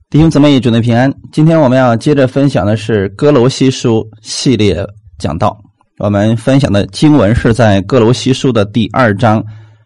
弟兄姊妹，主内平安。今天我们要接着分享的是哥罗西书系列讲道。我们分享的经文是在哥罗西书的第2章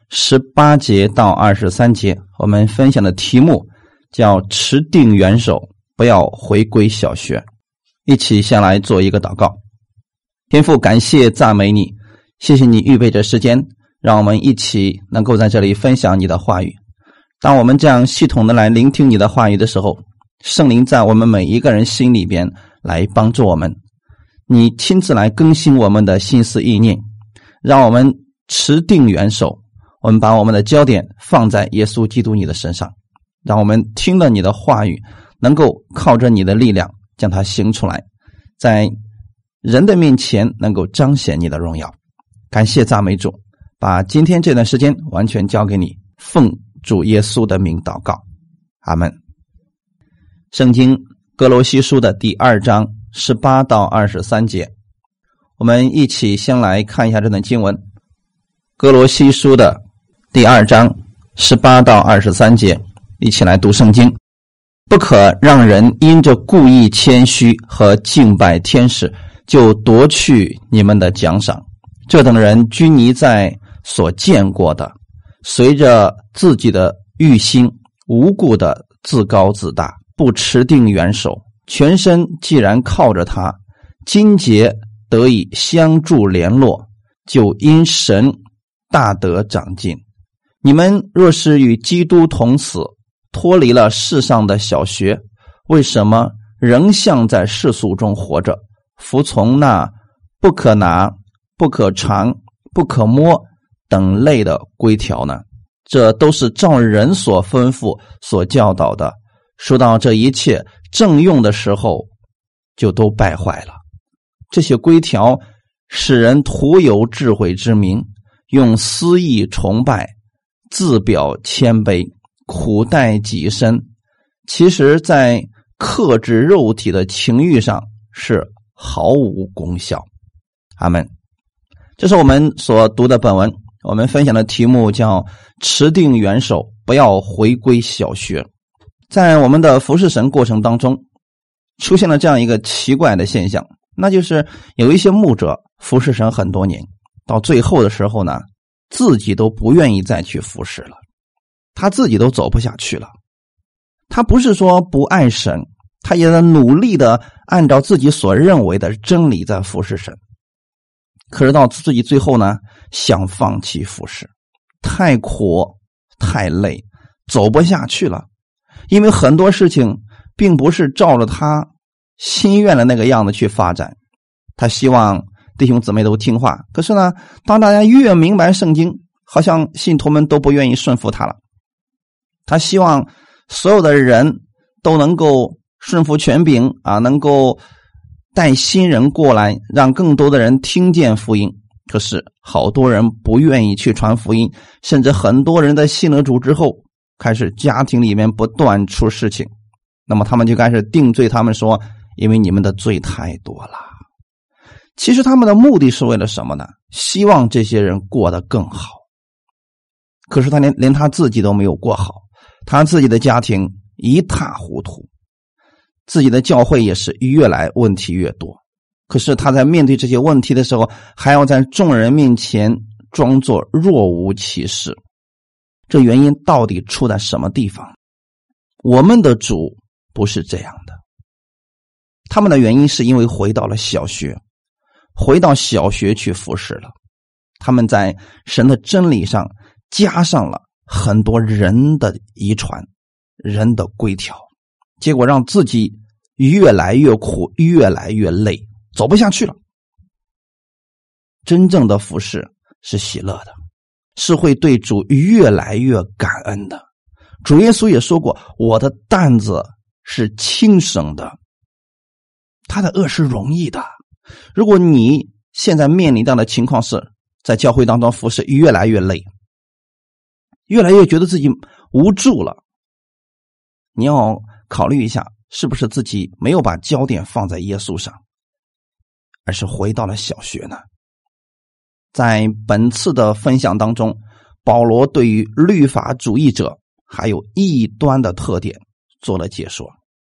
18节到23节。我们分享的题目叫持定元首，不要回归小学。一起先来做一个祷告。天父，感谢赞美你，谢谢你预备着时间，让我们一起能够在这里分享你的话语。当我们这样系统的来聆听你的话语的时候，圣灵在我们每一个人心里边来帮助我们，你亲自来更新我们的心思意念，让我们持定元首，我们把我们的焦点放在耶稣基督你的身上，让我们听了你的话语，能够靠着你的力量将它行出来，在人的面前能够彰显你的荣耀。感谢赞美主，把今天这段时间完全交给你，奉主耶稣的名祷告，阿们。圣经哥罗西书的第2章18到23节，我们一起先来看一下这段经文。哥罗西书的第2章18到23节，一起来读圣经。不可让人因着故意谦虚和敬拜天使，就夺去你们的奖赏。这等人拘泥在所见过的，随着自己的欲心，无故的自高自大，不持定元首，全身既然靠着他，筋节得以相助联络，就因神大得长进。你们若是与基督同死，脱离了世上的小学，为什么仍像在世俗中活着，服从那不可拿、不可尝、不可摸等类的规条呢？这都是照人所吩咐所教导的，说到这一切正用的时候，就都败坏了。这些规条使人徒有智慧之名，用私意崇拜，自表谦卑，苦待己身，其实在克制肉体的情欲上是毫无功效。阿们。这是我们所读的本文，我们分享的题目叫持定元首，不要回归小学。在我们的服侍神过程当中，出现了这样一个奇怪的现象，那就是有一些牧者服侍神很多年，到最后的时候呢，自己都不愿意再去服侍了，他自己都走不下去了。他不是说不爱神，他也在努力的按照自己所认为的真理在服侍神，可是到自己最后呢，想放弃服侍，太苦太累，走不下去了。因为很多事情并不是照着他心愿的那个样子去发展，他希望弟兄姊妹都听话，可是呢，当大家越明白圣经，好像信徒们都不愿意顺服他了。他希望所有的人都能够顺服权柄啊，能够带新人过来，让更多的人听见福音。可是好多人不愿意去传福音，甚至很多人在信了主之后，开始家庭里面不断出事情，那么他们就开始定罪，他们说因为你们的罪太多了。其实他们的目的是为了什么呢？希望这些人过得更好。可是他连他自己都没有过好，他自己的家庭一塌糊涂，自己的教会也是越来问题越多。可是他在面对这些问题的时候，还要在众人面前装作若无其事。这原因到底出在什么地方？我们的主不是这样的。他们的原因是因为回到了小学，回到小学去服侍了。他们在神的真理上加上了很多人的遗传，人的规条，结果让自己越来越苦，越来越累，走不下去了。真正的服侍是喜乐的，是会对主越来越感恩的。主耶稣也说过，我的担子是轻省的，他的恶是容易的。如果你现在面临到的情况是在教会当中服侍越来越累，越来越觉得自己无助了，你要考虑一下，是不是自己没有把焦点放在耶稣上，而是回到了小学呢？在本次的分享当中，保罗对于律法主义者还有异端的特点做了解说。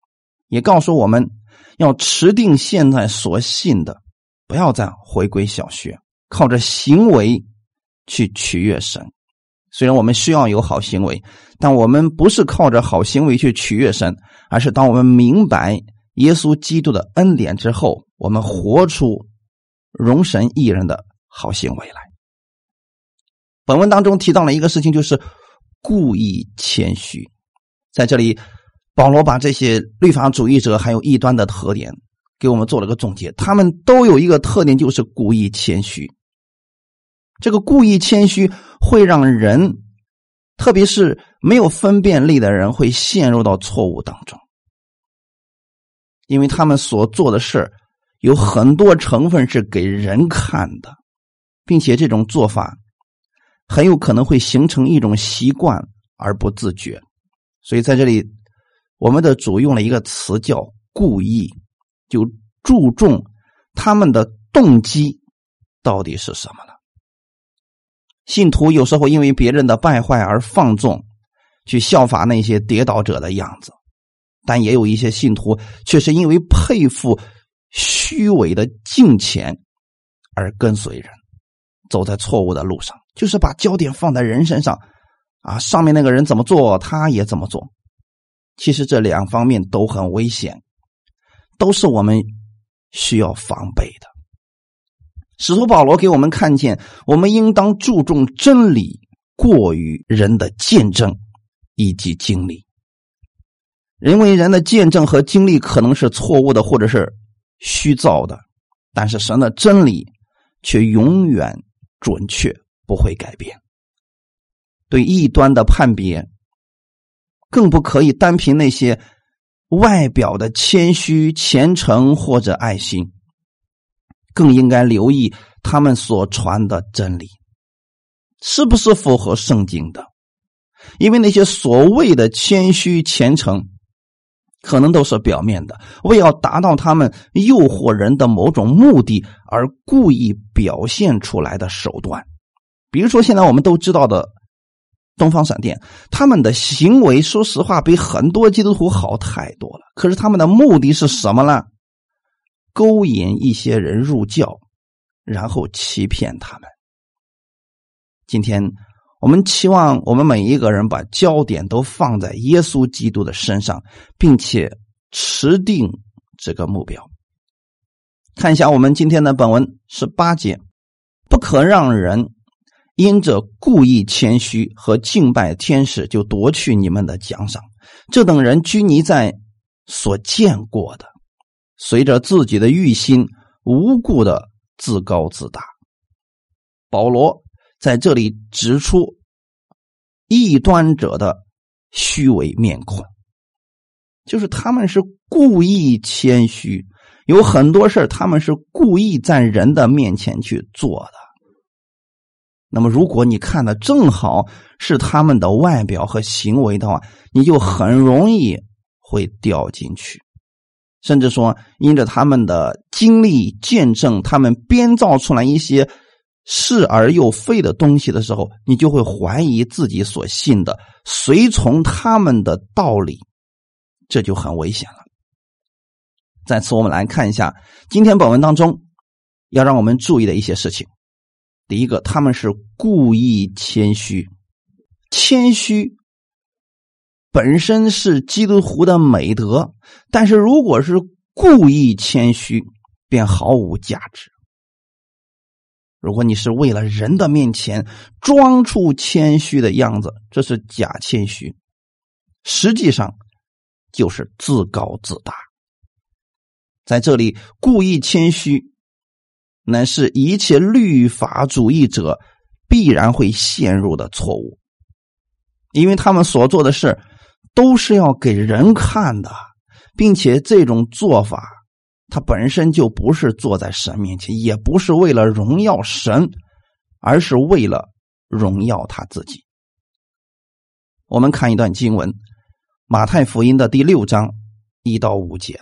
也告诉我们要持定现在所信的，不要再回归小学，靠着行为去取悦神。虽然我们需要有好行为，但我们不是靠着好行为去取悦神，而是当我们明白耶稣基督的恩典之后，我们活出荣神益人的好行为来。本文当中提到了一个事情，就是故意谦虚。在这里保罗把这些律法主义者还有异端的特点给我们做了个总结，他们都有一个特点，就是故意谦虚。这个故意谦虚会让人，特别是没有分辨力的人，会陷入到错误当中，因为他们所做的事有很多成分是给人看的，并且这种做法很有可能会形成一种习惯而不自觉。所以在这里我们的主用了一个词叫故意，就注重他们的动机到底是什么了。信徒有时候因为别人的败坏而放纵，去效法那些跌倒者的样子，但也有一些信徒却是因为佩服虚伪的敬虔而跟随人，走在错误的路上，就是把焦点放在人身上上面那个人怎么做他也怎么做。其实这两方面都很危险，都是我们需要防备的。使徒保罗给我们看见，我们应当注重真理过于人的见证以及经历。因为人的见证和经历可能是错误的或者是虚造的，但是神的真理却永远准确，不会改变。对异端的判别更不可以单凭那些外表的谦虚、虔诚或者爱心，更应该留意他们所传的真理是不是符合圣经的。因为那些所谓的谦虚虔诚可能都是表面的，为要达到他们诱惑人的某种目的而故意表现出来的手段。比如说现在我们都知道的东方闪电，他们的行为说实话比很多基督徒好太多了，可是他们的目的是什么呢？勾引一些人入教，然后欺骗他们。今天我们期望我们每一个人把焦点都放在耶稣基督的身上，并且持定这个目标。看一下我们今天的本文18节，不可让人因着故意谦虚和敬拜天使就夺去你们的奖赏，这等人拘泥在所见过的，随着自己的欲心无故的自高自大。保罗在这里指出异端者的虚伪面孔，就是他们是故意谦虚，有很多事他们是故意在人的面前去做的。那么如果你看的正好是他们的外表和行为的话，你就很容易会掉进去，甚至说因着他们的经历见证，他们编造出来一些是而又非的东西的时候，你就会怀疑自己所信的，随从他们的道理，这就很危险了。在此我们来看一下今天本文当中要让我们注意的一些事情。第一个，他们是故意谦虚。谦虚本身是基督徒的美德，但是如果是故意谦虚，便毫无价值。如果你是为了人的面前装出谦虚的样子，这是假谦虚，实际上就是自高自大。在这里故意谦虚乃是一切律法主义者必然会陷入的错误，因为他们所做的事都是要给人看的，并且这种做法他本身就不是坐在神面前，也不是为了荣耀神，而是为了荣耀他自己。我们看一段经文，马太福音的第6章1到5节。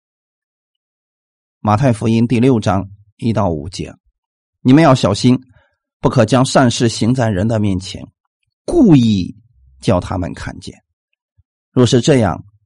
马太福音第6章1到5节，你们要小心，不可将善事行在人的面前，故意叫他们看见。若是这样，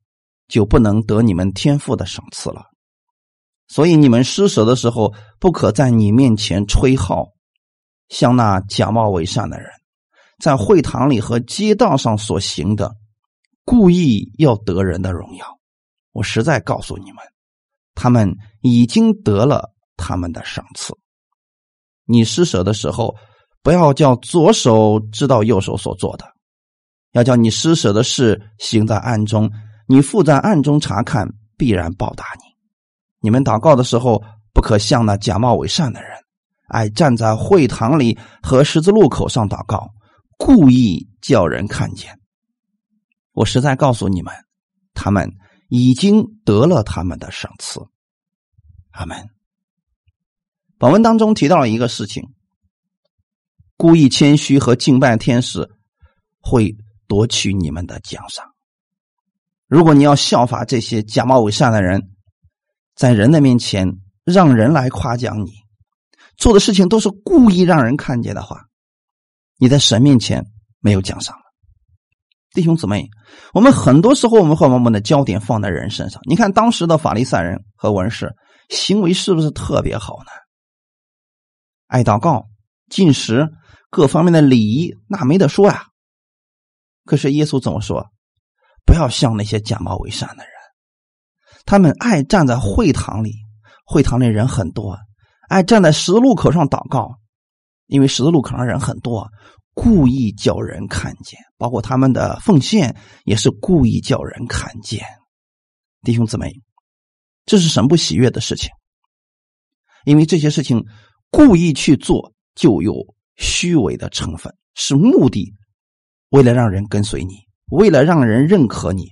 就不能得你们天父的赏赐了。所以你们施舍的时候，不可在你面前吹号，像那假冒伪善的人在会堂里和街道上所行的，故意要得人的荣耀。我实在告诉你们，他们已经得了他们的赏赐。你施舍的时候，不要叫左手知道右手所做的，要叫你施舍的事行在暗中，你父在暗中查看，必然报答你。你们祷告的时候，不可像那假冒伪善的人，爱站在会堂里和十字路口上祷告，故意叫人看见。我实在告诉你们，他们已经得了他们的赏赐。阿们。本文当中提到了一个事情，故意谦虚和敬拜天使会夺取你们的奖赏。如果你要效法这些假冒伪善的人，在人的面前让人来夸奖你，做的事情都是故意让人看见的话，你在神面前没有奖赏了。弟兄姊妹，我们很多时候我们会把我们的焦点放在人身上。你看当时的法利赛人和文士行为是不是特别好呢？爱祷告、进食，各方面的礼仪，那没得说呀。可是耶稣怎么说？不要像那些假冒伪善的人，他们爱站在会堂里，会堂里人很多，爱站在十字路口上祷告，因为十字路口上人很多，故意叫人看见，包括他们的奉献也是故意叫人看见。弟兄姊妹，这是神不喜悦的事情，因为这些事情故意去做就有虚伪的成分，是目的为了让人跟随你，为了让人认可你。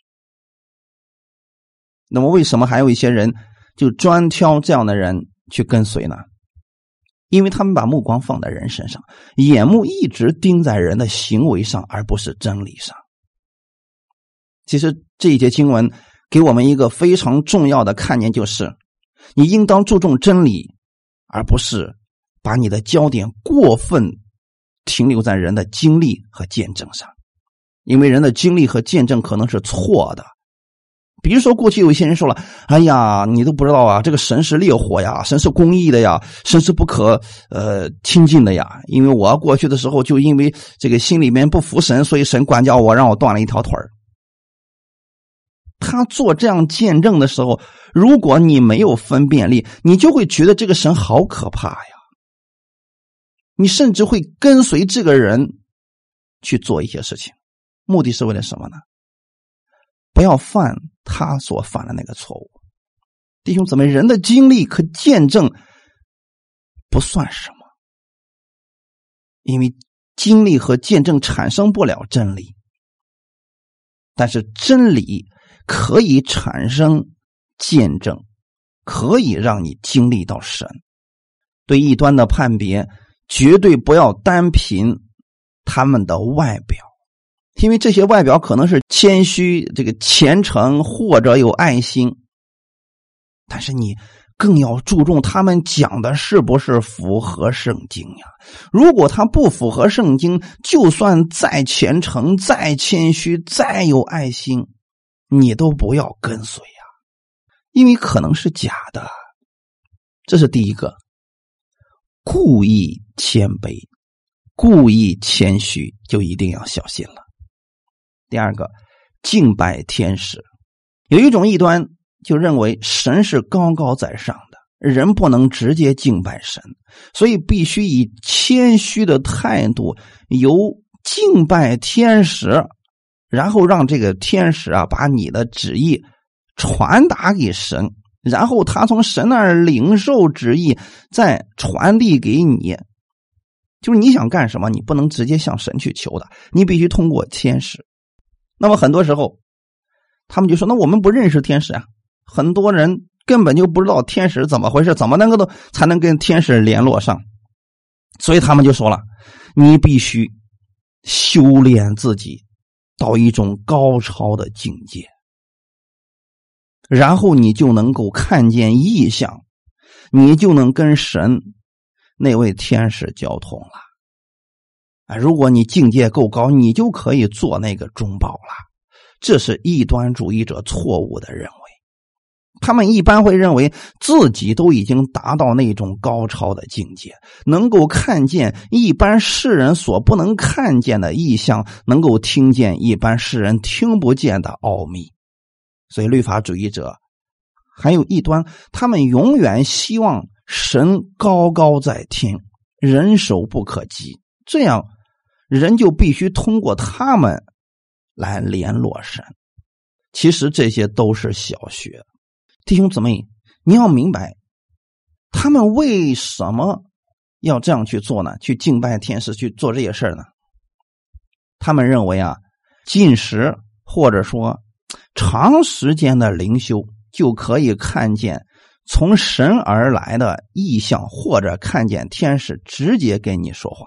那么为什么还有一些人就专挑这样的人去跟随呢？因为他们把目光放在人身上，眼目一直盯在人的行为上，而不是真理上。其实这一节经文给我们一个非常重要的看见，就是你应当注重真理，而不是把你的焦点过分停留在人的经历和见证上，因为人的经历和见证可能是错的。比如说过去有一些人说了，哎呀，你都不知道啊，这个神是烈火呀，神是公义的呀，神是不可亲近的呀，因为我过去的时候就因为这个心里面不服神，所以神管教我，让我断了一条腿儿。他做这样见证的时候，如果你没有分辨力，你就会觉得这个神好可怕呀，你甚至会跟随这个人去做一些事情，目的是为了什么呢？不要犯他所犯的那个错误。弟兄姊妹，人的经历和见证不算什么，因为经历和见证产生不了真理，但是真理可以产生见证，可以让你经历到神。对异端的判别，绝对不要单凭他们的外表，因为这些外表可能是谦虚、这个虔诚或者有爱心，但是你更要注重他们讲的是不是符合圣经呀。如果他不符合圣经，就算再虔诚、再谦虚、再有爱心，你都不要跟随呀，因为可能是假的。这是第一个，故意谦卑、故意谦虚就一定要小心了。第二个，敬拜天使。有一种异端就认为神是高高在上的，人不能直接敬拜神，所以必须以谦虚的态度由敬拜天使，然后让这个天使把你的旨意传达给神，然后他从神那儿领受旨意再传递给你。就是你想干什么，你不能直接向神去求的，你必须通过天使。那么很多时候他们就说，那我们不认识天使啊，很多人根本就不知道天使怎么回事，怎么才能跟天使联络上。所以他们就说了，你必须修炼自己到一种高超的境界，然后你就能够看见异象，你就能跟神那位天使交通了。如果你境界够高，你就可以做那个中保了。 这是异端主义者错误的认为。他们一般会认为自己都已经达到那种高超的境界，能够看见一般世人所不能看见的异象，能够听见一般世人听不见的奥秘。所以律法主义者还有异端，他们永远希望神高高在天，人手不可及，这样人就必须通过他们来联络神。其实这些都是小学。弟兄姊妹，你要明白他们为什么要这样去做呢？去敬拜天使，去做这些事呢？他们认为禁食或者说长时间的灵修就可以看见从神而来的异象，或者看见天使直接跟你说话。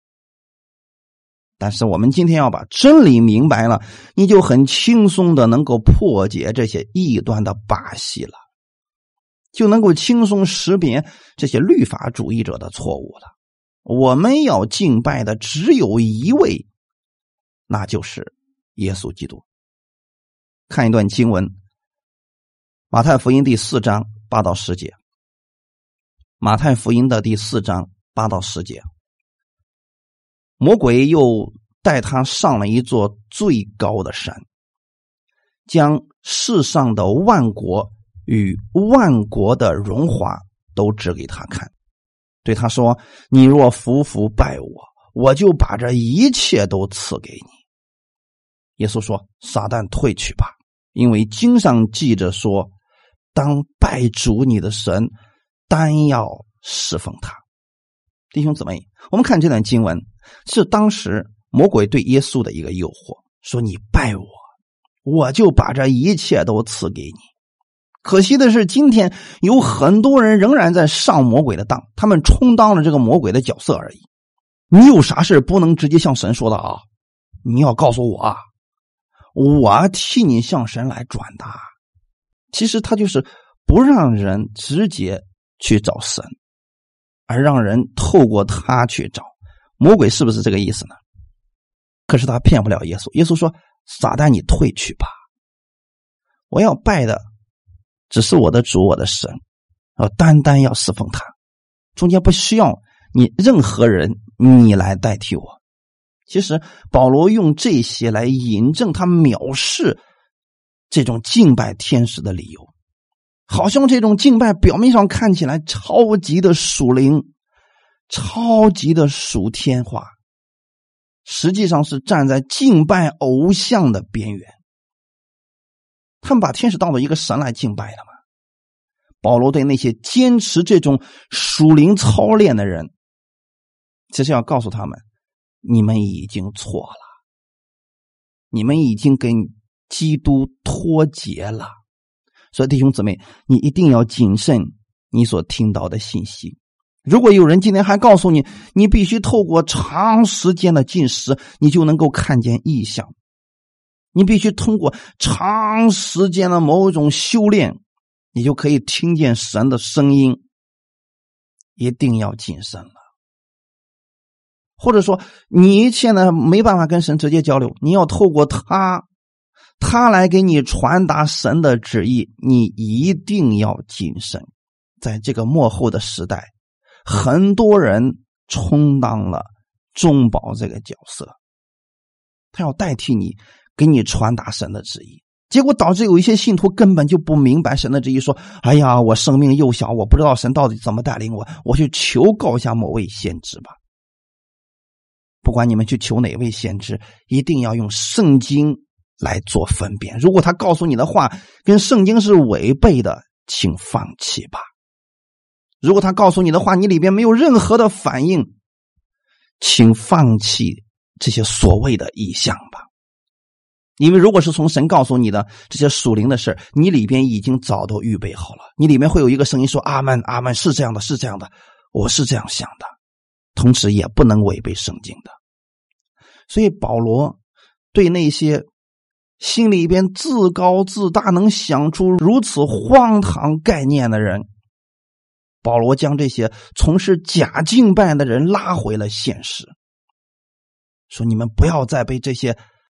但是我们今天要把真理明白了，你就很轻松的能够破解这些异端的把戏了，就能够轻松识别这些律法主义者的错误了。我们要敬拜的只有一位，那就是耶稣基督。看一段经文，马太福音第4章8到10节。马太福音的第4章8到10节。魔鬼又带他上了一座最高的山，将世上的万国与万国的荣华都指给他看，对他说：你若服拜我，我就把这一切都赐给你。耶稣说：撒旦退去吧，因为经上记着说，当拜主你的神，单要侍奉他。弟兄姊妹，我们看这段经文，是当时魔鬼对耶稣的一个诱惑，说你拜我，我就把这一切都赐给你。可惜的是，今天有很多人仍然在上魔鬼的当，他们充当了这个魔鬼的角色而已。你有啥事不能直接向神说的啊？你要告诉我我替你向神来转达。其实他就是不让人直接去找神，而让人透过他去找。魔鬼是不是这个意思呢？可是他骗不了耶稣。耶稣说：撒旦你退去吧，我要拜的只是我的主，我的神，单单要侍奉他，中间不需要你任何人你来代替我。其实保罗用这些来引证他藐视这种敬拜天使的理由，好像这种敬拜表面上看起来超级的属灵，超级的属天化，实际上是站在敬拜偶像的边缘。他们把天使当作一个神来敬拜了吗？保罗对那些坚持这种属灵操练的人，其实要告诉他们，你们已经错了，你们已经跟基督脱节了。所以弟兄姊妹，你一定要谨慎你所听到的信息。如果有人今天还告诉你，你必须透过长时间的禁食，你就能够看见异象，你必须通过长时间的某种修炼，你就可以听见神的声音，一定要谨慎了。或者说你现在没办法跟神直接交流，你要透过他来给你传达神的旨意，你一定要谨慎。在这个末后的时代，很多人充当了中保这个角色，他要代替你给你传达神的旨意，结果导致有一些信徒根本就不明白神的旨意，说哎呀，我生命幼小，我不知道神到底怎么带领我，我去求告一下某位先知吧。不管你们去求哪位先知，一定要用圣经来做分辨，如果他告诉你的话跟圣经是违背的，请放弃吧。如果他告诉你的话你里边没有任何的反应，请放弃这些所谓的异象吧。因为如果是从神告诉你的这些属灵的事，你里边已经早都预备好了，你里面会有一个声音说阿们阿们，是这样的，是这样的，我是这样想的，同时也不能违背圣经的。所以保罗对那些心里边自高自大，能想出如此荒唐概念的人，保罗将这些从事假敬拜的人拉回了现实，说你们不要再被这些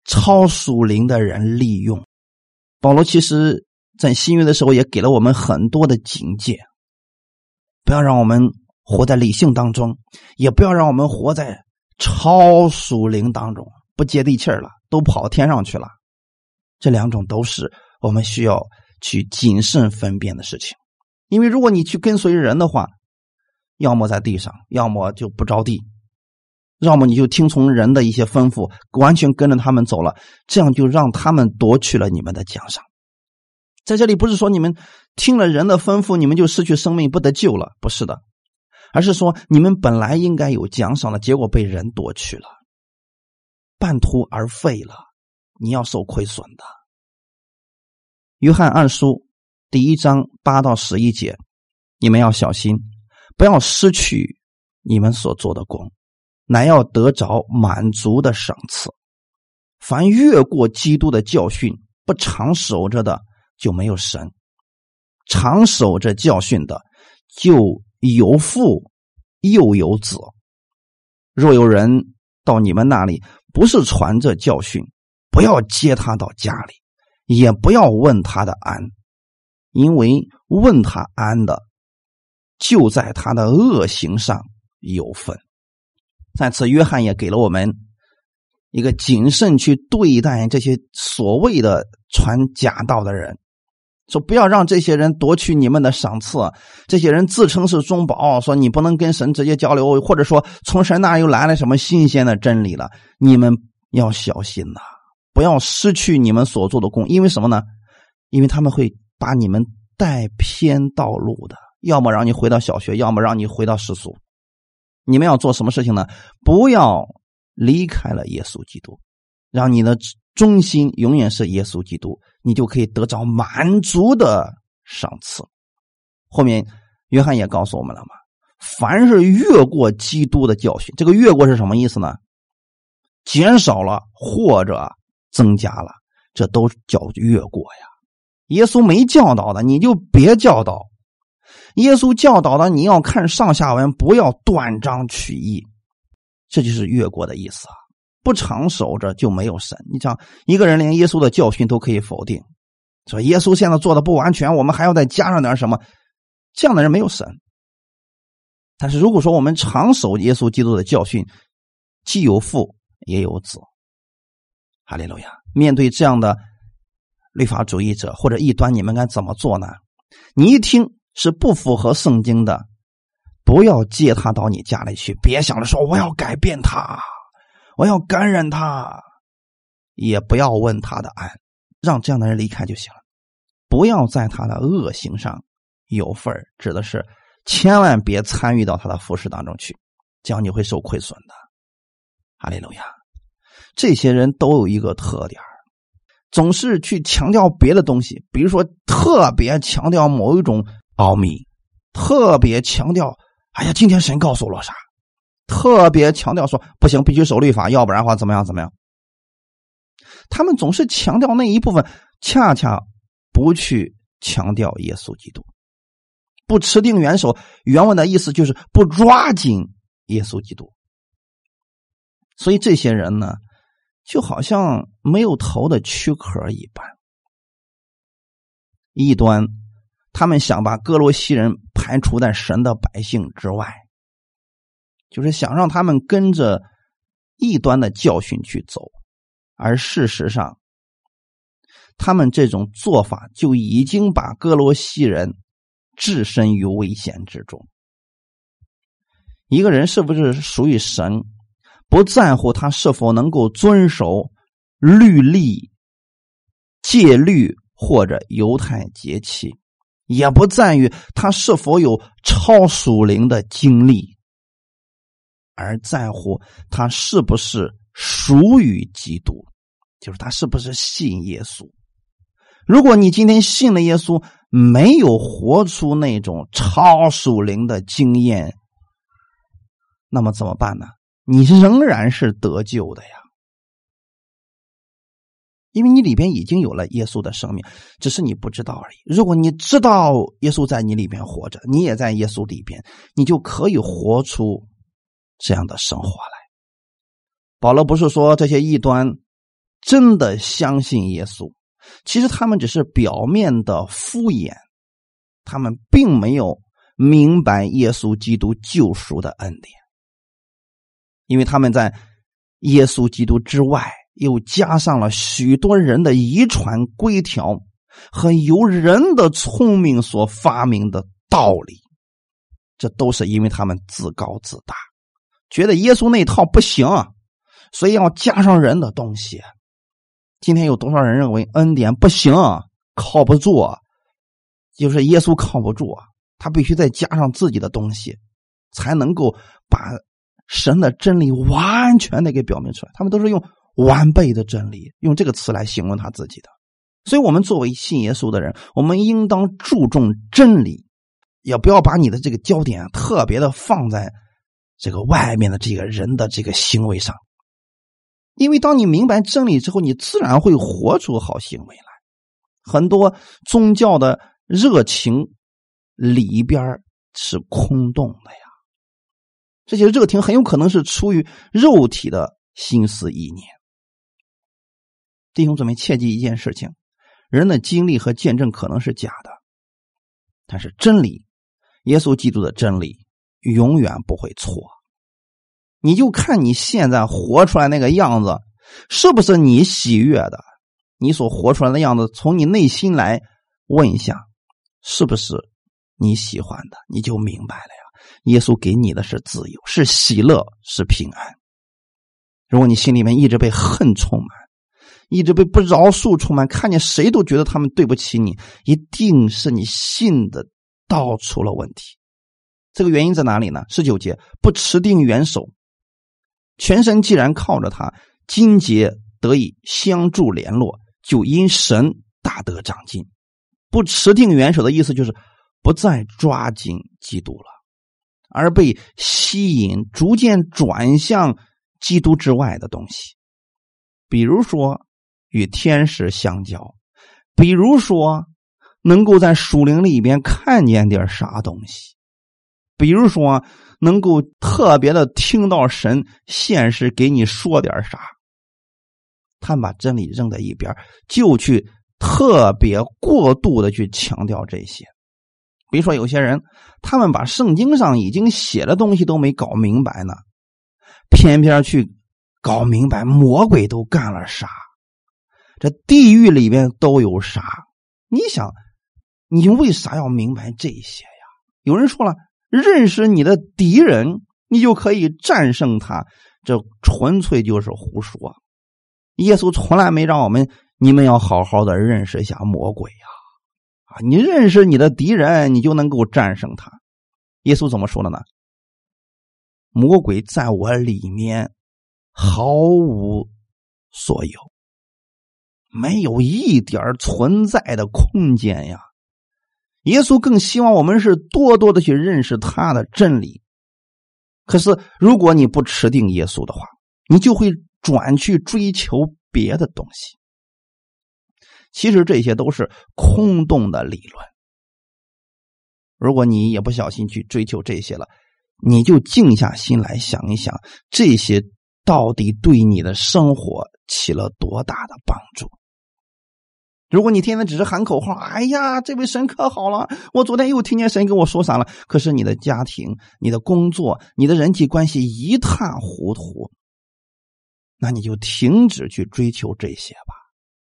超属灵的人利用。保罗其实在新约的时候也给了我们很多的警戒，不要让我们活在理性当中，也不要让我们活在超属灵当中，不接地气了，都跑天上去了。这两种都是我们需要去谨慎分辨的事情。因为如果你去跟随人的话，要么在地上，要么就不着地，要么你就听从人的一些吩咐，完全跟着他们走了，这样就让他们夺去了你们的奖赏。在这里不是说你们听了人的吩咐，你们就失去生命不得救了，不是的，而是说你们本来应该有奖赏的，结果被人夺去了，半途而废了，你要受亏损的。约翰二书第1章8到11节，你们要小心，不要失去你们所做的工，乃要得着满足的赏赐。凡越过基督的教训不常守着的，就没有神；常守着教训的，就有父又有子。若有人到你们那里不是传着教训，不要接他到家里，也不要问他的安，因为问他安的，就在他的恶行上有份。在此约翰也给了我们一个谨慎去对待这些所谓的传假道的人，说不要让这些人夺去你们的赏赐。这些人自称是中保，说你不能跟神直接交流，或者说从神那又来了什么新鲜的真理了，你们要小心呐，不要失去你们所做的工。因为什么呢？因为他们会把你们带偏道路的，要么让你回到小学，要么让你回到世俗。你们要做什么事情呢？不要离开了耶稣基督，让你的中心永远是耶稣基督，你就可以得着满足的赏赐。后面约翰也告诉我们了嘛，凡是越过基督的教训，这个越过是什么意思呢？减少了或者增加了，这都叫越过呀。耶稣没教导的你就别教导，耶稣教导的你要看上下文，不要断章取义，这就是越过的意思啊。不常守着就没有神。你讲一个人连耶稣的教训都可以否定，说耶稣现在做的不完全，我们还要再加上点什么，这样的人没有神。但是如果说我们常守耶稣基督的教训，既有父也有子，哈利路亚。面对这样的律法主义者或者异端，你们该怎么做呢？你一听是不符合圣经的，不要接他到你家里去，别想着说我要改变他，我要感染他，也不要问他的安，让这样的人离开就行了。不要在他的恶行上有份，指的是千万别参与到他的服事当中去，这样你会受亏损的。哈利路亚。这些人都有一个特点，总是去强调别的东西，比如说特别强调某一种奥秘，特别强调哎呀今天神告诉我了啥，特别强调说不行必须守律法，要不然的话怎么样怎么样。他们总是强调那一部分，恰恰不去强调耶稣基督，不持定元首。原文的意思就是不抓紧耶稣基督。所以这些人呢，就好像没有头的躯壳一般。异端他们想把哥罗西人排除在神的百姓之外，就是想让他们跟着异端的教训去走，而事实上他们这种做法就已经把哥罗西人置身于危险之中。一个人是不是属于神，不在乎他是否能够遵守律例、戒律或者犹太节期，也不在于他是否有超属灵的经历，而在乎他是不是属于基督，就是他是不是信耶稣。如果你今天信了耶稣，没有活出那种超属灵的经验，那么怎么办呢？你仍然是得救的呀，因为你里边已经有了耶稣的生命，只是你不知道而已。如果你知道耶稣在你里边活着，你也在耶稣里边，你就可以活出这样的生活来。保罗不是说这些异端真的相信耶稣，其实他们只是表面的敷衍，他们并没有明白耶稣基督救赎的恩典，因为他们在耶稣基督之外又加上了许多人的遗传规条和由人的聪明所发明的道理，这都是因为他们自高自大，觉得耶稣那套不行，所以要加上人的东西。今天有多少人认为恩典不行，靠不住，就是耶稣靠不住，他必须再加上自己的东西，才能够把神的真理完全的给表明出来。他们都是用完备的真理，用这个词来形容他自己的。所以我们作为信耶稣的人，我们应当注重真理，也不要把你的这个焦点特别的放在这个外面的这个人的这个行为上。因为当你明白真理之后，你自然会活出好行为来。很多宗教的热情里边是空洞的呀，这些热情很有可能是出于肉体的心思意念。弟兄姊妹，切记一件事情，人的经历和见证可能是假的，但是真理，耶稣基督的真理永远不会错。你就看你现在活出来那个样子是不是你喜悦的，你所活出来的样子从你内心来问一下，是不是你喜欢的，你就明白了呀。耶稣给你的是自由，是喜乐，是平安。如果你心里面一直被恨充满，一直被不饶恕充满，看见谁都觉得他们对不起你，一定是你信的道出了问题。这个原因在哪里呢？19节，不持定元首，全身既然靠着他，筋节得以相助联络，就因神大得长进。不持定元首的意思就是不再抓紧基督了，而被吸引逐渐转向基督之外的东西，比如说与天使相交，比如说能够在属灵里边看见点啥东西，比如说能够特别的听到神现实给你说点啥。他们把真理扔在一边，就去特别过度的去强调这些。比如说有些人，他们把圣经上已经写的东西都没搞明白呢，偏偏去搞明白魔鬼都干了啥，这地狱里面都有啥。你想，你为啥要明白这些呀？有人说了，认识你的敌人，你就可以战胜他，这纯粹就是胡说。耶稣从来没让你们要好好的认识一下魔鬼呀！你认识你的敌人，你就能够战胜他。耶稣怎么说的呢？魔鬼在我里面毫无所有，没有一点存在的空间呀。耶稣更希望我们是多多的去认识他的真理。可是如果你不持定耶稣的话，你就会转去追求别的东西。其实这些都是空洞的理论。如果你也不小心去追求这些了，你就静下心来想一想，这些到底对你的生活起了多大的帮助。如果你天天只是喊口号，哎呀，这位神可好了，我昨天又听见神跟我说啥了，可是你的家庭、你的工作、你的人际关系一塌糊涂，那你就停止去追求这些吧。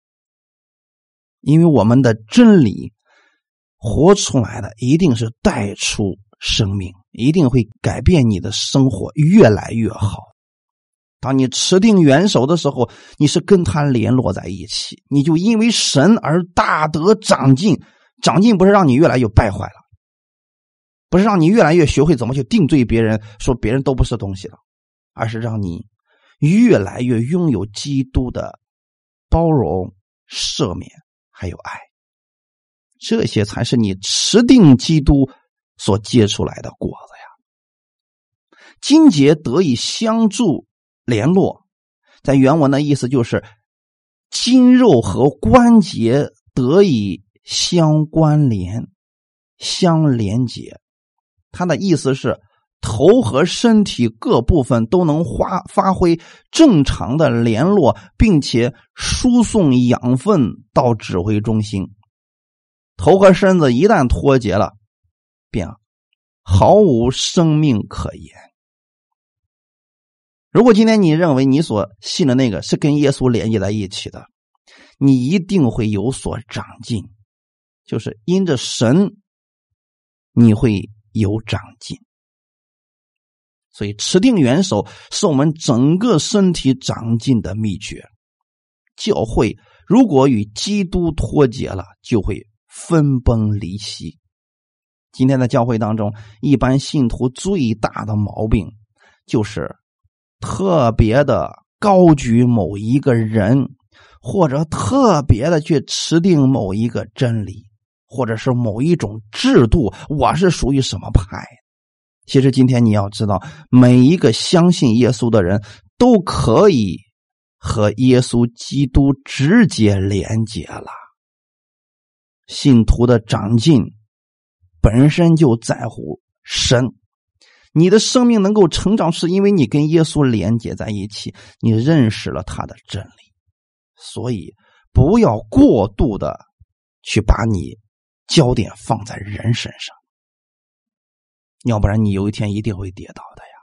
因为我们的真理活出来的一定是带出生命，一定会改变你的生活越来越好。当你持定元首的时候，你是跟他联络在一起，你就因为神而大得长进。长进不是让你越来越败坏了，不是让你越来越学会怎么去定罪别人，说别人都不是东西了，而是让你越来越拥有基督的包容、赦免还有爱。这些才是你持定基督所结出来的果子呀。筋节得以相助联络，在原文的意思就是筋肉和关节得以相关联、相连结。它的意思是头和身体各部分都能发挥正常的联络，并且输送养分到指挥中心。头和身子一旦脱节了，便毫无生命可言。如果今天你认为你所信的那个是跟耶稣连接在一起的，你一定会有所长进，就是因着神你会有长进。所以持定元首是我们整个身体长进的秘诀。教会如果与基督脱节了，就会分崩离析。今天的教会当中，一般信徒最大的毛病就是特别的高举某一个人，或者特别的去持定某一个真理，或者是某一种制度，我是属于什么派。其实今天你要知道，每一个相信耶稣的人都可以和耶稣基督直接连结了。信徒的长进本身就在乎神，你的生命能够成长是因为你跟耶稣连结在一起，你认识了他的真理。所以不要过度的去把你焦点放在人身上，要不然你有一天一定会跌倒的呀。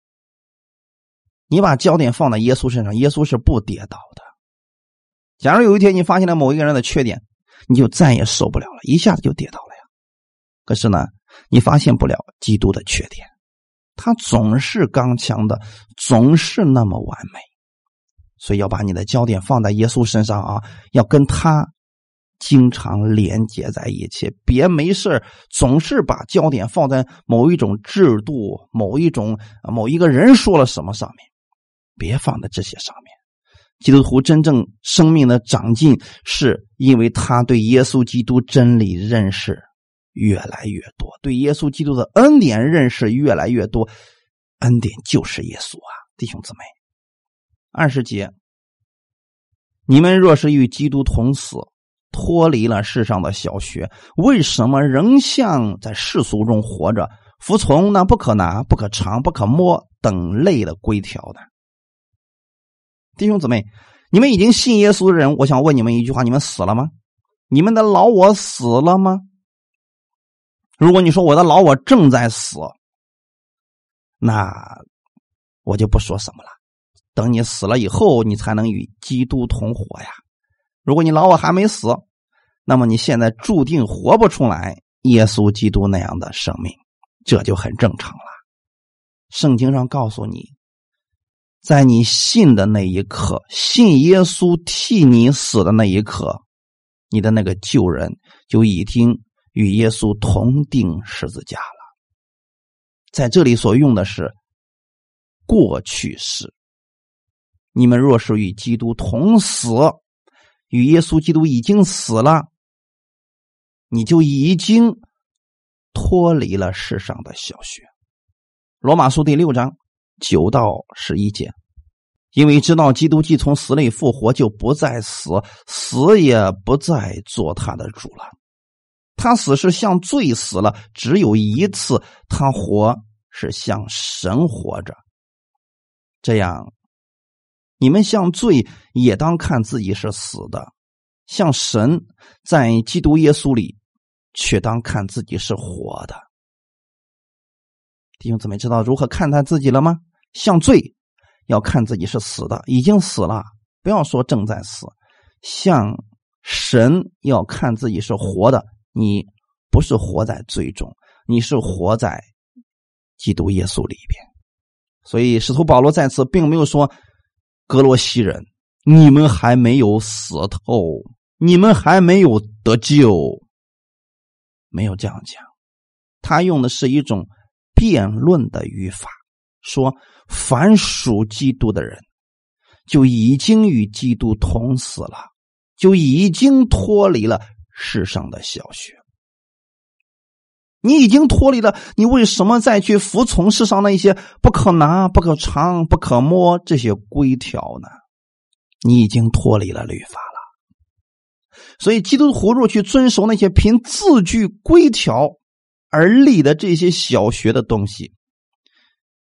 你把焦点放在耶稣身上，耶稣是不跌倒的。假如有一天你发现了某一个人的缺点，你就再也受不了了，一下子就跌倒了呀。可是呢，你发现不了基督的缺点，他总是刚强的，总是那么完美。所以要把你的焦点放在耶稣身上啊，要跟他经常连接在一起，别没事总是把焦点放在某一种制度、某一个人说了什么上面，别放在这些上面。基督徒真正生命的长进，是因为他对耶稣基督真理认识越来越多，对耶稣基督的恩典认识越来越多。恩典就是耶稣啊，弟兄姊妹。20节，你们若是与基督同死，脱离了世上的小学，为什么仍像在世俗中活着，服从那不可拿、不可尝、不可摸等类的规条呢？弟兄姊妹，你们已经信耶稣的人，我想问你们一句话，你们死了吗？你们的老我死了吗？如果你说我的老我正在死，那我就不说什么了，等你死了以后，你才能与基督同活呀。如果你老我还没死，那么你现在注定活不出来耶稣基督那样的生命，这就很正常了。圣经上告诉你，在你信的那一刻，信耶稣替你死的那一刻，你的那个旧人就已经与耶稣同钉十字架了。在这里所用的是过去式。你们若是与基督同死，与耶稣基督已经死了，你就已经脱离了世上的小学。罗马书第6章9到11节，因为知道基督既从死里复活，就不再死，死也不再做他的主了。他死是向罪死了，只有一次；他活是向神活着。这样，你们向罪也当看自己是死的，向神在基督耶稣里却当看自己是活的。弟兄姊妹，知道如何看待自己了吗？向罪要看自己是死的，已经死了，不要说正在死。向神要看自己是活的，你不是活在罪中，你是活在基督耶稣里边。所以使徒保罗在此并没有说，哥罗西人，你们还没有死透，你们还没有得救，没有这样讲。他用的是一种辩论的语法，说凡属基督的人就已经与基督同死了，就已经脱离了世上的小学。你已经脱离了，你为什么再去服从世上那些不可拿、不可尝、不可摸这些规条呢？你已经脱离了律法了。所以基督徒若去遵守那些凭字句规条而立的这些小学的东西，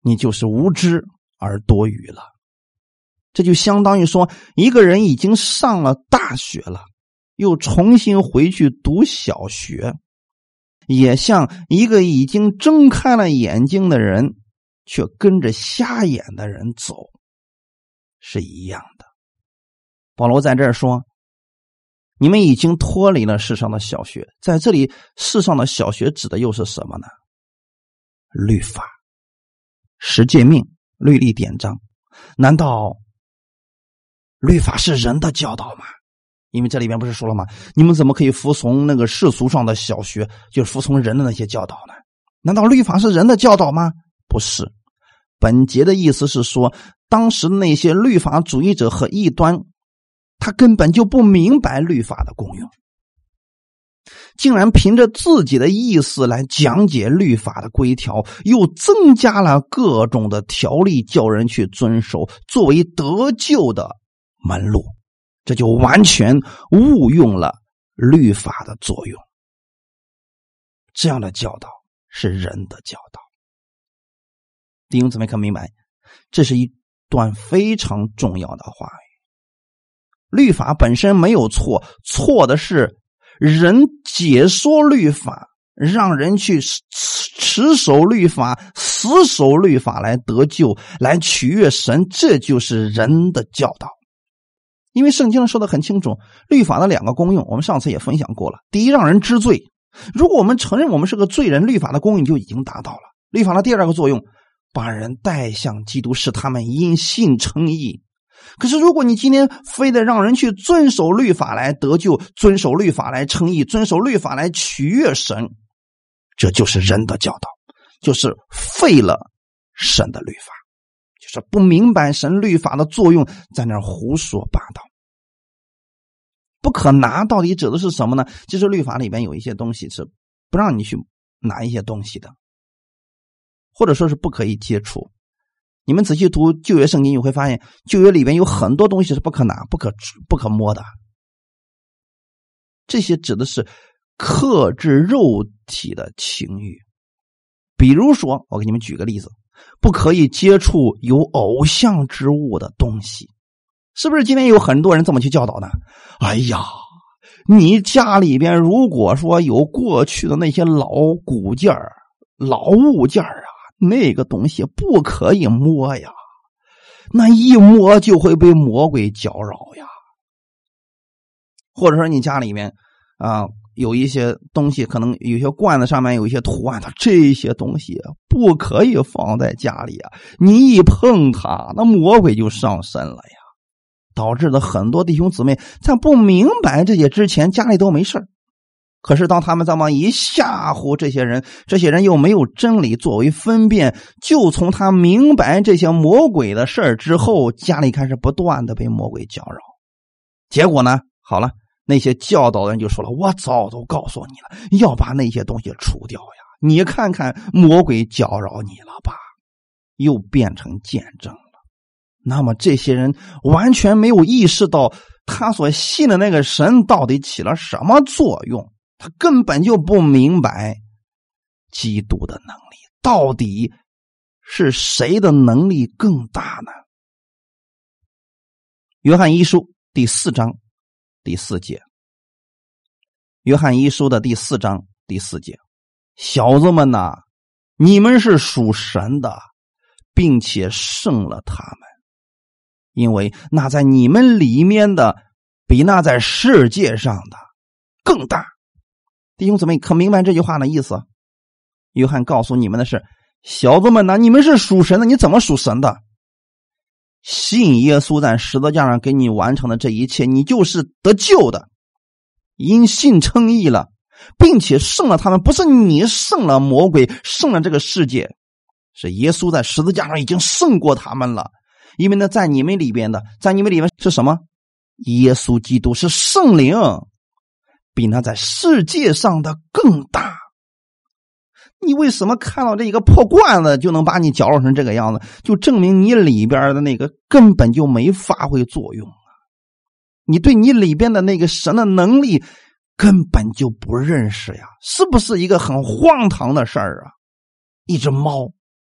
你就是无知而多语了。这就相当于说，一个人已经上了大学了，又重新回去读小学，也像一个已经睁开了眼睛的人却跟着瞎眼的人走是一样的。保罗在这儿说，你们已经脱离了世上的小学。在这里世上的小学指的又是什么呢？律法、十诫命、律例典章。难道律法是人的教导吗？因为这里面不是说了吗？你们怎么可以服从那个世俗上的小学，就是服从人的那些教导呢？难道律法是人的教导吗？不是。本节的意思是说，当时那些律法主义者和异端，他根本就不明白律法的功用，竟然凭着自己的意思来讲解律法的规条，又增加了各种的条例叫人去遵守，作为得救的门路。这就完全误用了律法的作用。这样的教导是人的教导。弟兄姊妹可明白，这是一段非常重要的话语。律法本身没有错，错的是人解说律法，让人去持守律法、死守律法来得救，来取悦神，这就是人的教导。因为圣经上说的很清楚，律法的两个功用，我们上次也分享过了。第一，让人知罪。如果我们承认我们是个罪人，律法的功用就已经达到了。律法的第二个作用，把人带向基督，使他们因信称义。可是如果你今天非得让人去遵守律法来得救，遵守律法来称义，遵守律法来取悦神，这就是人的教导，就是废了神的律法，就是不明白神律法的作用，在那儿胡说八道。不可拿到底指的是什么呢？其实律法里边有一些东西是不让你去拿一些东西的，或者说是不可以接触。你们仔细读旧约圣经，你会发现旧约里边有很多东西是不可拿、不可摸的。这些指的是克制肉体的情欲。比如说，我给你们举个例子，不可以接触有偶像之物的东西。是不是今天有很多人这么去教导呢？哎呀，你家里边如果说有过去的那些老古件儿、老物件啊，那个东西不可以摸呀，那一摸就会被魔鬼搅扰呀。或者说你家里面有一些东西，可能有些罐子上面有一些图案的，这些东西不可以放在家里啊，你一碰它，那魔鬼就上身了呀。导致的很多弟兄姊妹在不明白这些之前，家里都没事。可是当他们这么一吓唬这些人，这些人又没有真理作为分辨，就从他明白这些魔鬼的事之后，家里开始不断的被魔鬼搅扰。结果呢，好了，那些教导的人就说了，我早都告诉你了，要把那些东西除掉呀，你看看魔鬼搅扰你了吧，又变成见证了。那么这些人完全没有意识到他所信的那个神到底起了什么作用，他根本就不明白基督的能力，到底是谁的能力更大呢？约翰一书第4章第4节，约翰一书的第4章第4节，小子们哪，你们是属神的，并且胜了他们，因为那在你们里面的比那在世界上的更大。弟兄姊妹可明白这句话的意思？约翰告诉你们的是，小子们哪，你们是属神的，你怎么属神的？信耶稣在十字架上给你完成的这一切，你就是得救的，因信称义了，并且胜了他们。不是你胜了魔鬼，胜了这个世界，是耶稣在十字架上已经胜过他们了。因为呢，在你们里边是什么？耶稣基督是圣灵，比那在世界上的更大。你为什么看到这一个破罐子就能把你搅扰成这个样子？就证明你里边的那个根本就没发挥作用啊！你对你里边的那个神的能力根本就不认识呀！是不是一个很荒唐的事儿啊？一只猫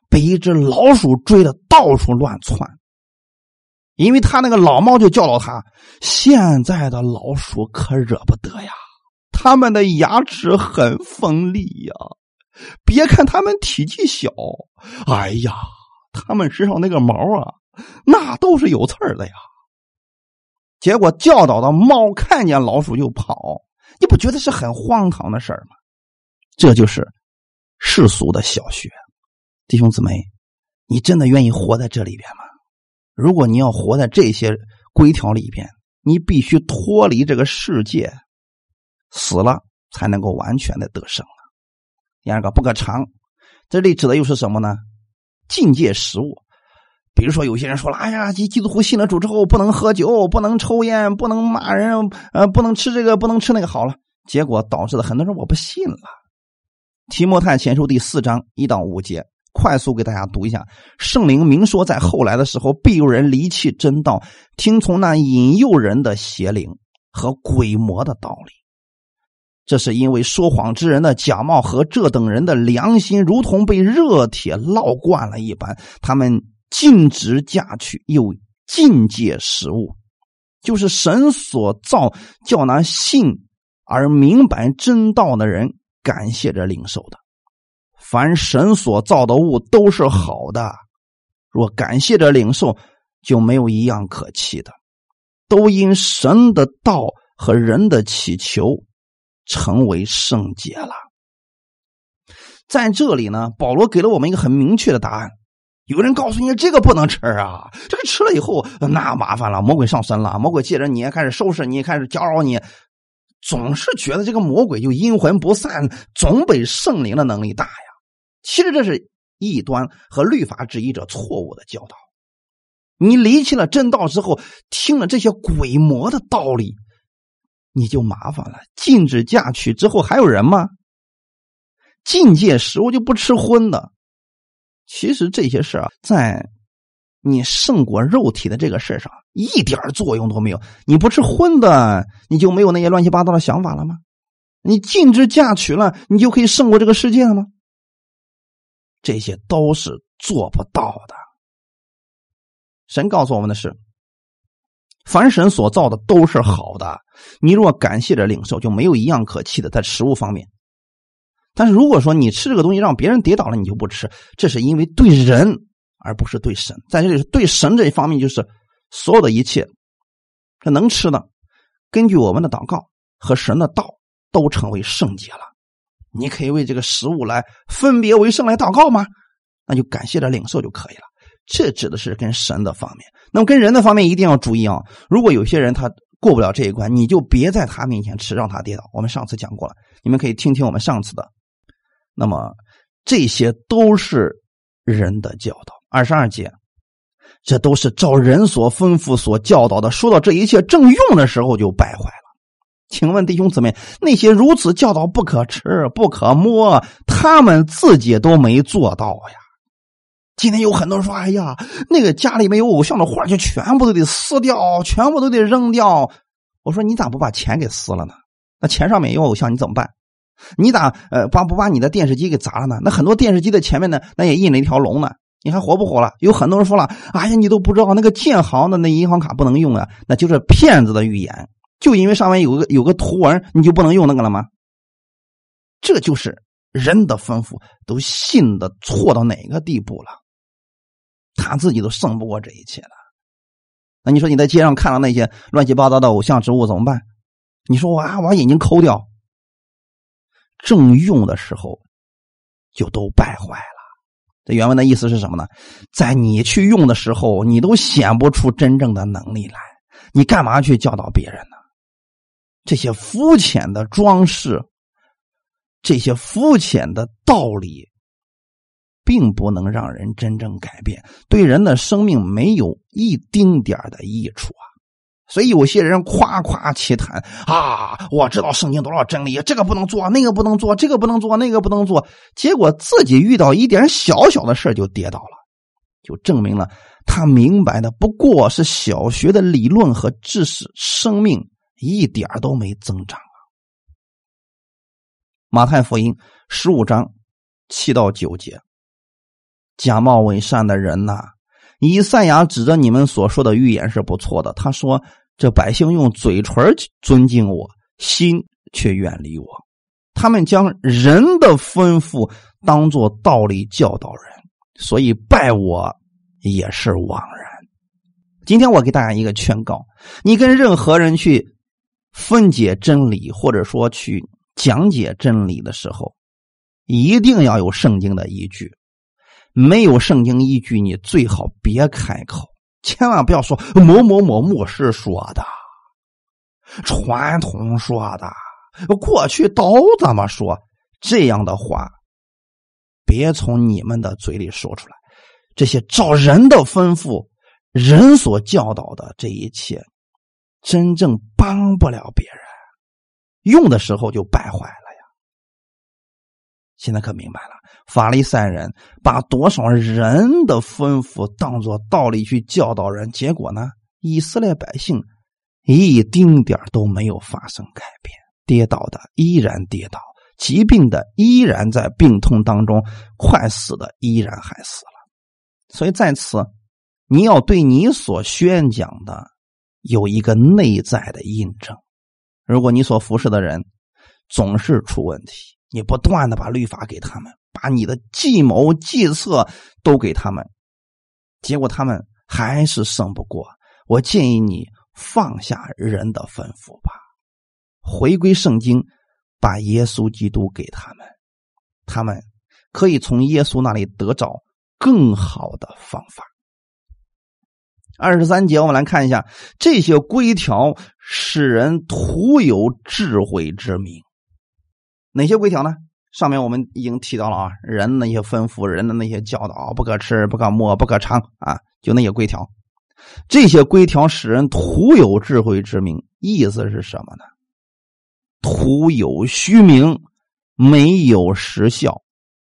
被一只老鼠追得到处乱窜。因为他那个老猫就教导他，现在的老鼠可惹不得呀，他们的牙齿很锋利呀，别看他们体积小，哎呀，他们身上那个毛啊，那都是有刺儿的呀。结果教导的猫看见老鼠就跑，你不觉得是很荒唐的事儿吗？这就是世俗的小学。弟兄姊妹，你真的愿意活在这里边吗？如果你要活在这些规条里边，你必须脱离这个世界，死了才能够完全的得生了。第二个不可尝，这里指的又是什么呢？禁戒食物。比如说有些人说了，哎呀，基督徒信了主之后不能喝酒，不能抽烟，不能骂人，不能吃这个，不能吃那个，好了，结果导致了很多人我不信了。提摩太前书第4章1到5节，快速给大家读一下。圣灵明说，在后来的时候，必有人离弃真道，听从那引诱人的邪灵和鬼魔的道理。这是因为说谎之人的假冒和这等人的良心如同被热铁烙惯了一般，他们禁止嫁娶，又禁戒食物，就是神所造叫那信而明白真道的人感谢着领受的。凡神所造的物都是好的，若感谢着领受，就没有一样可弃的，都因神的道和人的祈求成为圣洁了。在这里呢，保罗给了我们一个很明确的答案。有人告诉你这个不能吃啊，这个吃了以后那麻烦了，魔鬼上身了，魔鬼借着你开始收拾你，开始搅扰你，总是觉得这个魔鬼就阴魂不散，总比圣灵的能力大呀。其实这是异端和律法主义者错误的教导。你离弃了真道之后，听了这些鬼魔的道理，你就麻烦了。禁止嫁娶之后还有人吗？禁戒食物就不吃荤的。其实这些事啊，在你胜过肉体的这个事上一点作用都没有。你不吃荤的，你就没有那些乱七八糟的想法了吗？你禁止嫁娶了，你就可以胜过这个世界了吗？这些都是做不到的。神告诉我们的是，凡神所造的都是好的，你若感谢着领受，就没有一样可弃的，在食物方面。但是如果说你吃这个东西让别人跌倒了，你就不吃，这是因为对人而不是对神。在这里对神这一方面，就是所有的一切这能吃的，根据我们的祷告和神的道都成为圣洁了。你可以为这个食物来分别为圣来祷告吗？那就感谢着领受就可以了。这指的是跟神的方面。那么跟人的方面一定要注意啊，如果有些人他过不了这一关，你就别在他面前吃，让他跌倒。我们上次讲过了，你们可以听听我们上次的。那么这些都是人的教导。22节，这都是照人所吩咐所教导的，说到这一切正用的时候就败坏了。请问弟兄姊妹，那些如此教导不可吃不可摸，他们自己都没做到呀。今天有很多人说，哎呀，那个家里面有偶像的画就全部都得撕掉，全部都得扔掉。我说你咋不把钱给撕了呢？那钱上面有偶像你怎么办？你咋不把你的电视机给砸了呢？那很多电视机的前面呢，那也印了一条龙呢，你还活不活了？有很多人说了，哎呀，你都不知道那个建行的那银行卡不能用啊，那就是骗子的预言。就因为上面有个图文，你就不能用那个了吗？这就是人的吩咐，都信的错到哪个地步了？他自己都胜不过这一切了。那你说你在街上看到那些乱七八糟的偶像植物怎么办？你说我把眼睛抠掉，正用的时候就都败坏了。这原文的意思是什么呢？在你去用的时候，你都显不出真正的能力来，你干嘛去教导别人呢？这些肤浅的装饰，这些肤浅的道理，并不能让人真正改变，对人的生命没有一丁点的益处啊。所以有些人夸夸其谈啊，我知道圣经多少真理，这个不能做，那个不能做，这个不能做，那个不能做，结果自己遇到一点小小的事就跌倒了，就证明了他明白的不过是小学的理论和知识，生命一点都没增长啊。马太福音15章7到9节， 假冒伪善的人呐！以赛亚指着你们所说的预言是不错的，他说这百姓用嘴唇尊敬我，心却远离我，他们将人的吩咐当作道理教导人，所以拜我也是枉然。今天我给大家一个劝告，你跟任何人去分解真理，或者说去讲解真理的时候，一定要有圣经的依据。没有圣经依据，你最好别开口，千万不要说某某某牧师说的，传统说的，过去都这么说，这样的话别从你们的嘴里说出来。这些照人的吩咐，人所教导的这一切，真正帮不了别人，用的时候就败坏了呀。现在可明白了，法利赛人把多少人的吩咐当作道理去教导人，结果呢，以色列百姓一丁点都没有发生改变，跌倒的依然跌倒，疾病的依然在病痛当中，快死的依然还死了。所以在此你要对你所宣讲的有一个内在的印证。如果你所服侍的人总是出问题，你不断的把律法给他们，把你的计谋计策都给他们，结果他们还是胜不过，我建议你放下人的吩咐吧，回归圣经，把耶稣基督给他们，他们可以从耶稣那里得着更好的方法。23节我们来看一下，这些规条使人徒有智慧之名。哪些规条呢？上面我们已经提到了啊，人的那些吩咐，人的那些教导，不可吃，不可摸，不可尝啊，就那些规条。这些规条使人徒有智慧之名，意思是什么呢？徒有虚名，没有实效。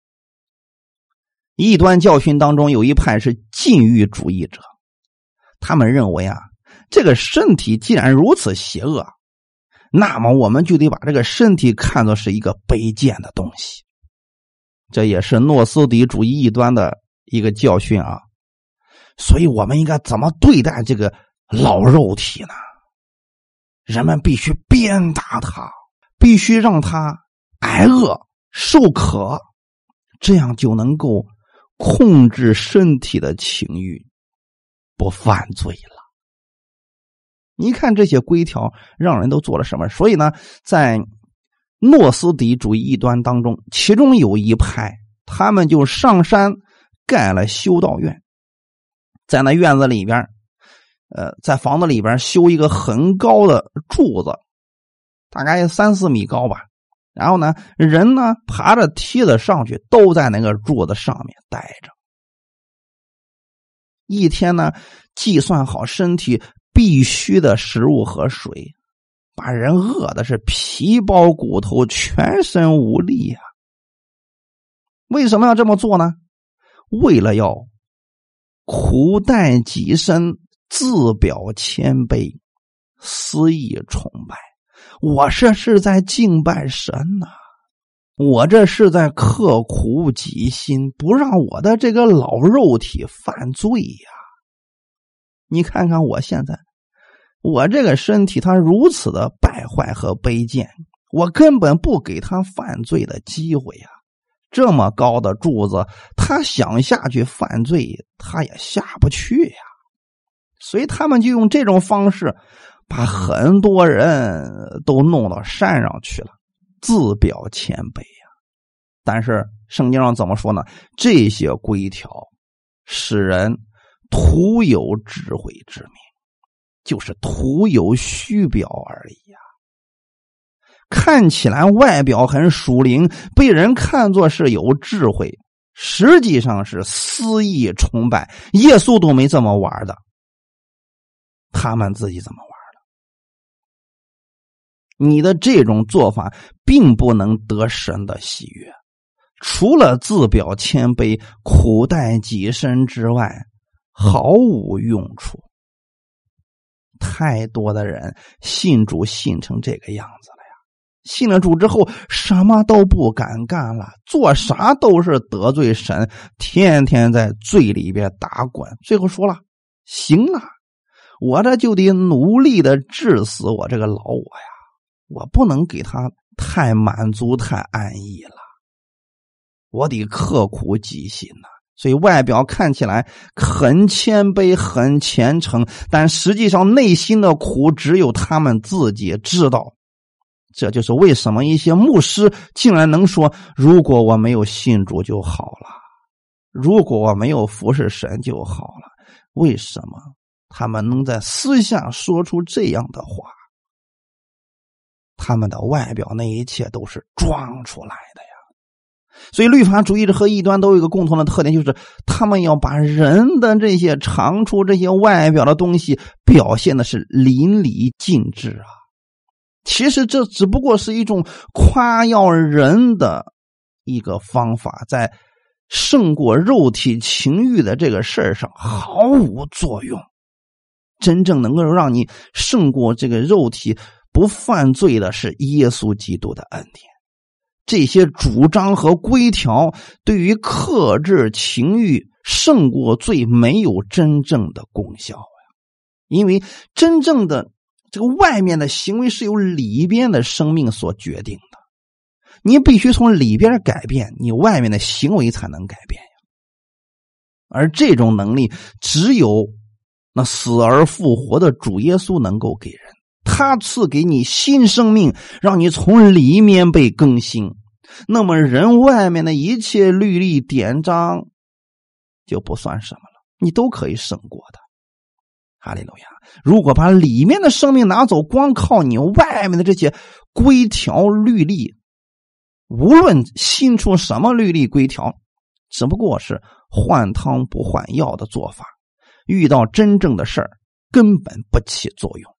异端教训当中有一派是禁欲主义者，他们认为啊，这个身体既然如此邪恶，那么我们就得把这个身体看作是一个卑贱的东西。这也是诺斯底主义异端的一个教训啊。所以我们应该怎么对待这个老肉体呢？人们必须鞭打他，必须让他挨饿受渴，这样就能够控制身体的情欲，不犯罪了。你看这些规条让人都做了什么？所以呢，在诺斯底主义异端当中，其中有一派，他们就上山盖了修道院，在那院子里边在房子里边修一个很高的柱子，大概3-4米高吧，然后呢，人呢爬着梯子上去，都在那个柱子上面待着。一天呢，计算好身体必须的食物和水，把人饿的是皮包骨头，全身无力啊。为什么要这么做呢？为了要苦待己身，自表谦卑，私意崇拜。我这是在敬拜神啊，我这是在刻苦己心，不让我的这个老肉体犯罪呀。你看看我现在，我这个身体它如此的败坏和卑贱，我根本不给他犯罪的机会呀。这么高的柱子，他想下去犯罪，他也下不去呀。所以他们就用这种方式，把很多人都弄到山上去了，自表谦卑呀。但是圣经上怎么说呢？这些规条使人徒有智慧之名，就是徒有虚表而已呀。看起来外表很属灵，被人看作是有智慧，实际上是私意崇拜。耶稣都没这么玩的，他们自己怎么玩的？你的这种做法并不能得神的喜悦，除了自表谦卑、苦待己身之外，毫无用处。太多的人信主信成这个样子了呀！ 信了主之后什么都不敢干了，做啥都是得罪神，天天在罪里边打滚。最后说了，行了，我这就得努力的治死我这个老我呀，我不能给他太满足太安逸了，我得刻苦己心呐。所以外表看起来很谦卑很虔诚，但实际上内心的苦只有他们自己知道。这就是为什么一些牧师竟然能说，如果我没有信主就好了，如果我没有服侍神就好了。为什么他们能在私下说出这样的话？他们的外表那一切都是装出来的呀。所以律法主义者和异端都有一个共同的特点，就是他们要把人的这些长处这些外表的东西表现的是淋漓尽致啊。其实这只不过是一种夸耀人的一个方法，在胜过肉体情欲的这个事儿上毫无作用。真正能够让你胜过这个肉体不犯罪的是耶稣基督的恩典。这些主张和规条对于克制情欲胜过罪没有真正的功效呀。因为真正的这个外面的行为是由里边的生命所决定的，你必须从里边改变，你外面的行为才能改变呀。而这种能力只有那死而复活的主耶稣能够给人，他赐给你新生命，让你从里面被更新。那么人外面的一切律例典章就不算什么了，你都可以胜过的。哈利路亚！如果把里面的生命拿走，光靠你外面的这些规条律例，无论新出什么律例规条，只不过是换汤不换药的做法，遇到真正的事儿根本不起作用。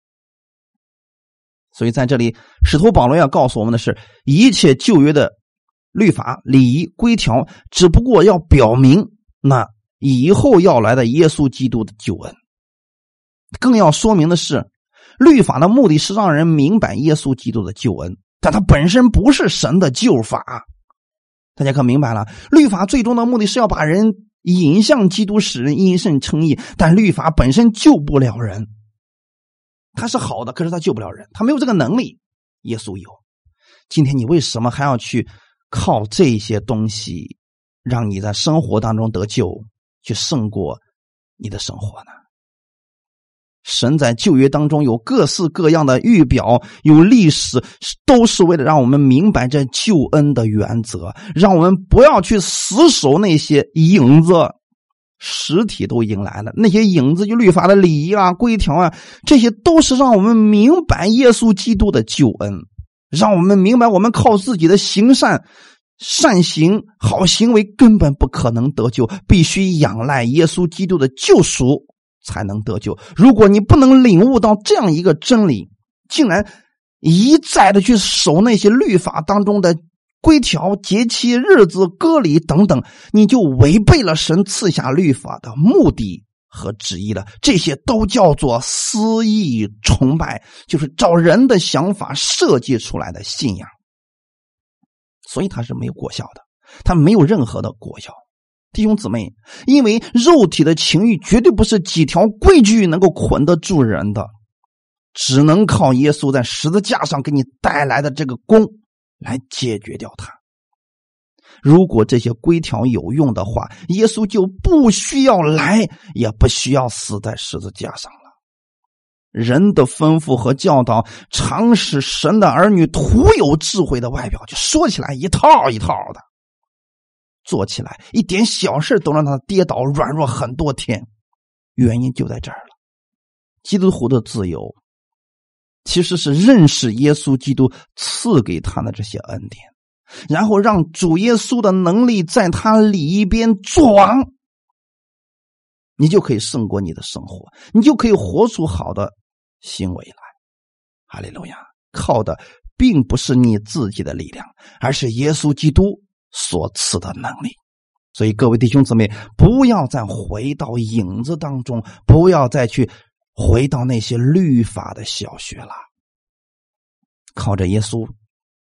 所以在这里使徒保罗要告诉我们的是，一切旧约的律法礼仪规条只不过要表明那以后要来的耶稣基督的救恩。更要说明的是，律法的目的是让人明白耶稣基督的救恩，但它本身不是神的救法。大家可明白了，律法最终的目的是要把人引向基督，使人因信称义，但律法本身救不了人。他是好的，可是他救不了人，他没有这个能力，耶稣有。今天你为什么还要去靠这些东西让你在生活当中得救，去胜过你的生活呢？神在旧约当中有各式各样的预表，有历史，都是为了让我们明白这救恩的原则，让我们不要去死守那些影子，实体都迎来了，那些影子就律法的礼仪啊规条啊，这些都是让我们明白耶稣基督的救恩，让我们明白我们靠自己的行善行好行为根本不可能得救，必须仰赖耶稣基督的救赎才能得救。如果你不能领悟到这样一个真理，竟然一再的去守那些律法当中的规条节期日子割礼等等，你就违背了神赐下律法的目的和旨意了。这些都叫做私意崇拜，就是照人的想法设计出来的信仰，所以它是没有果效的，它没有任何的果效。弟兄姊妹，因为肉体的情欲绝对不是几条规矩能够捆得住人的，只能靠耶稣在十字架上给你带来的这个功来解决掉它。如果这些规条有用的话，耶稣就不需要来，也不需要死在十字架上了。人的吩咐和教导常使神的儿女徒有智慧的外表，就说起来一套一套的，做起来一点小事都让他跌倒软弱很多天。原因就在这儿了。基督徒的自由其实是认识耶稣基督赐给他的这些恩典，然后让主耶稣的能力在他里边作王，你就可以胜过你的生活，你就可以活出好的行为来。哈利路亚！靠的并不是你自己的力量，而是耶稣基督所赐的能力。所以各位弟兄姊妹，不要再回到影子当中，不要再去回到那些律法的小学了。靠着耶稣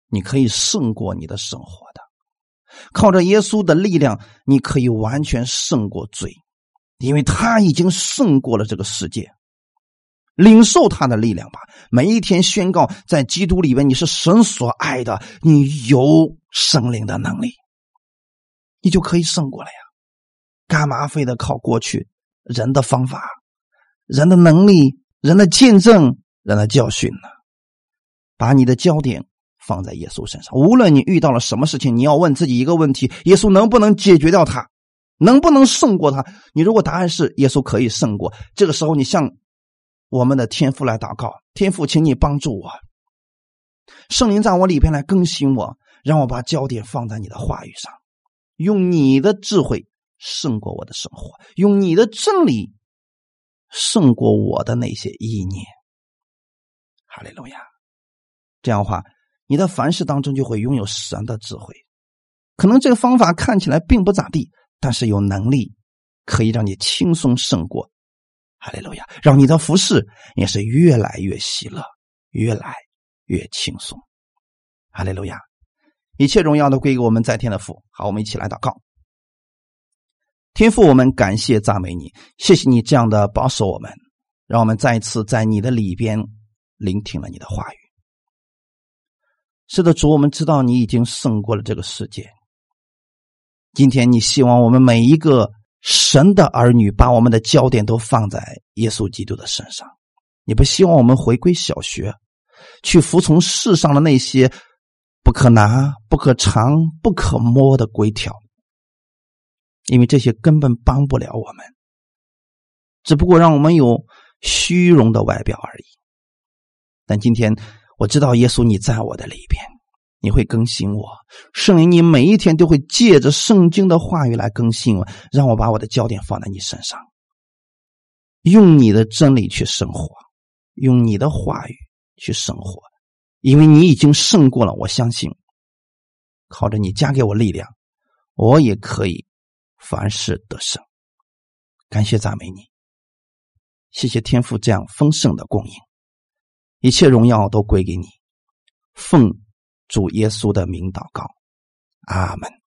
你可以胜过你的生活的。靠着耶稣的力量，你可以完全胜过罪，因为他已经胜过了这个世界。领受他的力量吧，每一天宣告在基督里面你是神所爱的，你有圣灵的能力，你就可以胜过了呀。干嘛非得靠过去人的方法、人的能力、人的见证、人的教训呢？把你的焦点放在耶稣身上，无论你遇到了什么事情，你要问自己一个问题：耶稣能不能解决掉它？能不能胜过它？你如果答案是耶稣可以胜过，这个时候你向我们的天父来祷告，天父请你帮助我，圣灵在我里边来更新我，让我把焦点放在你的话语上，用你的智慧胜过我的生活，用你的真理胜过我的那些意念。哈利路亚！这样的话，你的凡事当中就会拥有神的智慧。可能这个方法看起来并不咋地，但是有能力可以让你轻松胜过。哈利路亚！让你的服事也是越来越喜乐，越来越轻松。哈利路亚！一切荣耀都归给我们在天的父。好，我们一起来祷告。天父，我们感谢赞美你，谢谢你这样的保守我们，让我们再一次在你的里边聆听了你的话语。是的，主，我们知道你已经胜过了这个世界。今天你希望我们每一个神的儿女把我们的焦点都放在耶稣基督的身上，你不希望我们回归小学，去服从世上的那些不可拿、不可尝、不可摸的规条，因为这些根本帮不了我们，只不过让我们有虚荣的外表而已。但今天我知道耶稣你在我的里边，你会更新我，圣灵你每一天都会借着圣经的话语来更新我，让我把我的焦点放在你身上，用你的真理去生活，用你的话语去生活，因为你已经胜过了。我相信靠着你加给我力量，我也可以凡事得胜。感谢赞美你，谢谢天父这样丰盛的供应，一切荣耀都归给你，奉主耶稣的名祷告，阿们。